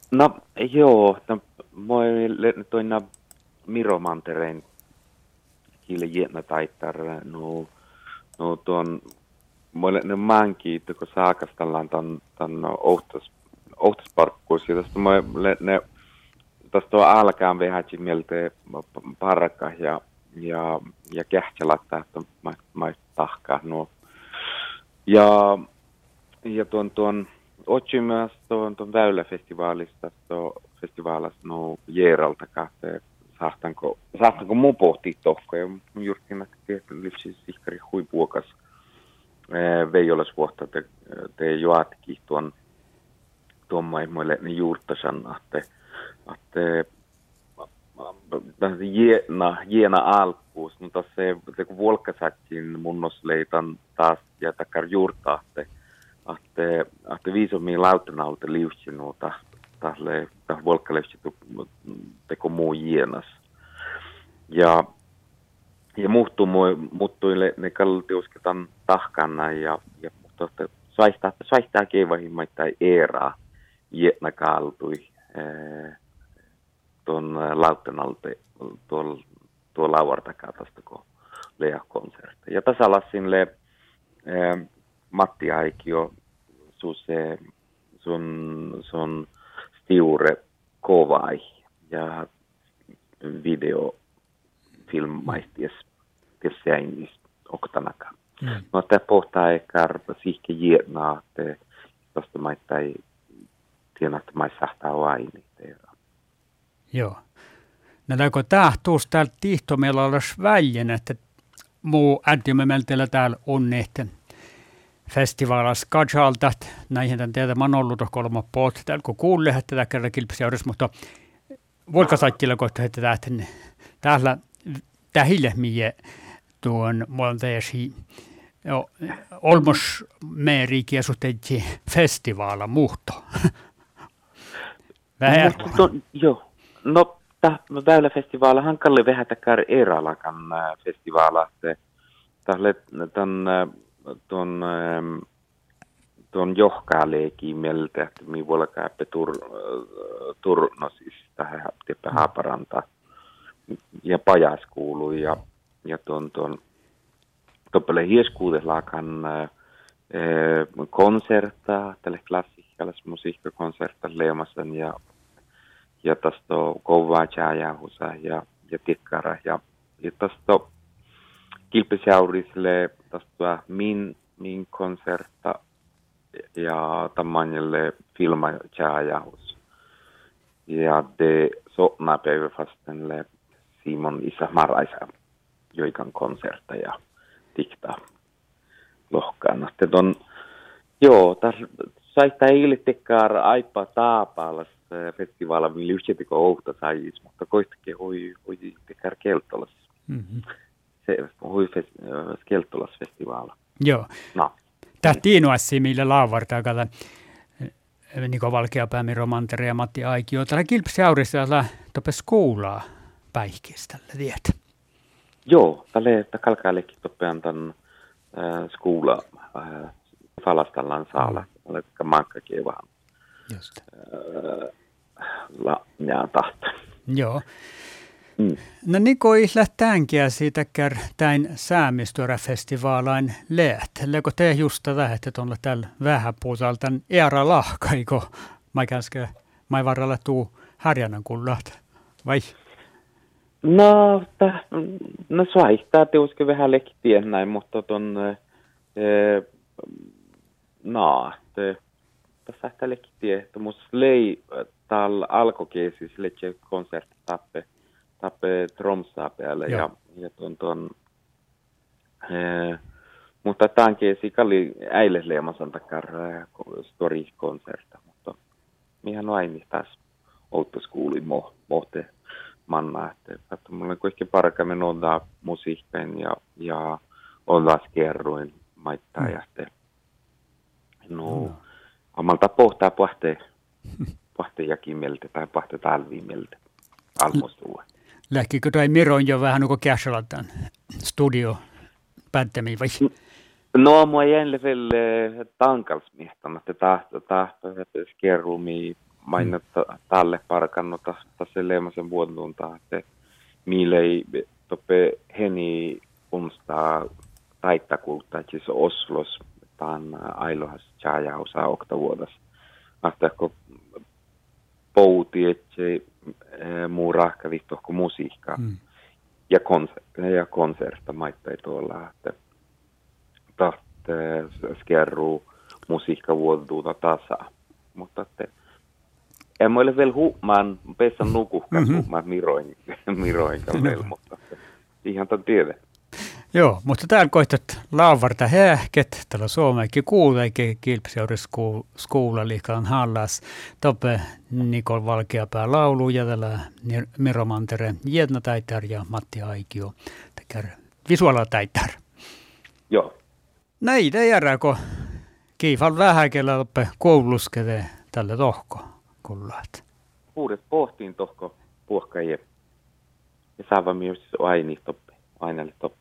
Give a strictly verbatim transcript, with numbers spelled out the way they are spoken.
No joo, no, moi toina Miro Mantereen kiille jätnä taittar, no, no tuon, mulle ne maankin, kun saakastellaan tämän, tämän ohtas, ohtasparkkuus, ja tästä mulle ne, tästä on alkaan vähän mieltä parkka ja, ja, ja kähtsälata, että mä, mä tahkaa, no. Ja, ja tuon, tuon, Otsin myös tuon, tuon Väyläfestivaalista, tuon festivaalista no Jeeralta kahteen, saastanko, saastanko mun pohtii tohko, ja mun juurikin että lypsi sihkari huipuokas veijolas vuotta te, te joatkin tuon tuon muille ne juurtasan, että että Jena, jena alkuus, mutta se, se kun vuolkasattiin munnosleitan taas ja takkar juurtaa, että Ahte, ahte viisommin lautenalta liussinuuta tälle vuolkkalevsitu teko muu jienas. Ja, ja muuttuu muuttuille ne kaltiusketan tahkana ja, ja mutta saistaa, saistaa keivahimmaittain eeraa jietna kaltui tuon lautenalta tuolla tuo lauartakaa tästä kun lea konsertti. Ja tässä lassinle Matti Aikio, se sun, sun stiure kovai ja videofilmaisties tietysti äinis oktanaka. Mm. No tämä pohtaa ehkä sihke jietnaa, että tuosta maittain tiedän, että mä sahtaa aini. Joo. No kun tahtuus täällä tihtomeilla olisi väljän, että muu ääntimemeltellä täällä on ehten festivaalas katsalta, näihin tämän teitä mä oon ollut kolma poot, täällä kun kuulee, että tämä kerran kilpisiäydessä, mutta vuolkasaittilla kohta, että täällä tämä hiljemmin tuon muolteesi olmos meerikin suhteetti festivaala muhto. Vähän. No, joo, no tämä Väyläfestivaala hankalle vähän takar Eeralakan festivaala, tälle tämän tuon tuon johkaaleekin mieltä, että mi voi olla tur turnosis tähän tippä Haaparanta ja Pajas kuuluu ja ja tuon tuon toppele hieskuudeslaakan konserta tälle klassikkalas musiikkakonserta Leomasen ja ja tästä kovaa jäähusa ja ja tikkara ja ja tästä kilpisjaurisille tästä min min konserta ja tammanjelle filma jäähus ja de sotna päiväfastenle Simon Isa Maraisa joikan konserta ja tikta lohkaan. Sitten joo, tässä saittaa iltekkaar aipa taapaalas festivaala, millä yhtätikö outa sais, mutta koistakin hui, hui tekkaar keltolas. Mm-hmm. Se hui fes- keltolas festivaala. Joo. No. Tämä tiinoassi, millä laavartaa kata Niko Valkeapää, Miro Mantere ja Matti Aikio. Täällä kilpisiaurissa täällä topes kuulaa päihkeistä, tällä tiedät. Joo, tälle kalkaillekin topean tämän äh, skuula äh, falastallaan saala, mm. että mankkakin vähän äh, la, ja tahto. Joo. Mm. No Niko isla tämänkin siitä kär tämän säämistöräfestivaalain leät. Leko te just tätä, että tuolla täällä vähän puhutaan tämän eara lahkaiko, mä käskö, mä varrella tuu härjänän kullat, vai? No, ta, no svaihtaa tietysti vähän lehtien näin, mutta ton, e, no, te, tässä ehkä lehtiä, että mun slei täällä alkokeisissä lehtiä konsertti tappe, tappe tromsaa päälle ja, ja ton, ton, e, mutta tämän keisi kalli äille leemasan takar story-konserta, mutta mihän on aina taas outtas kuuli mo, mohte. Manna, että, että mulla on kuitenkin parkaamme ollaan musiikkaan ja, ja ollaan kerroin maittaa mm. ja sitten no, mm. omalta pohtaa pohteen pohteen jakin mieltä tai pohteen talviin mieltä almostuva. Lähkikö toi Miron jo vähän kuin käsälatan studio päättämiin vai? No, mua jäänle vielä tankalsmiehtana, että tahto, tahto, että kerrumi mainita mm. tälle parkannota tässä leemasen vuotuntaa, että miilei tope heni unstaa taittakulta, siis Oslos, tämän ailohas tjääjausaa oktavuodas. Ahtaa kun pouti, että muu rahkavi tohko musiikkaa. Mm. Ja, konser- ja konserta maittai tuolla, että tahte skerruu musiikka vuotuuta tasa. Mutta että en ole vielä huumaan, pesän nukuhkaan mm-hmm. huumaan miroin, miroinkaan vielä, mutta ihan tämän tiedä. Joo, mutta täällä koitat lauvarta hähket, täällä suomekin kuuleikin kilpseuriskuulla liikaan hallas. Tope Nikol Valkeapää laulu ja täällä Miro Mantere Jedna Taitar ja Matti Aikio tekee visuaala Taitar. Joo. Näin, ei järää, kun kiifan vähäkellä toppe kouluskete tälle tohko kullaat. Uudet pohtiin tohko puhkajia ja saava myös aini toppe, ainalle toppe.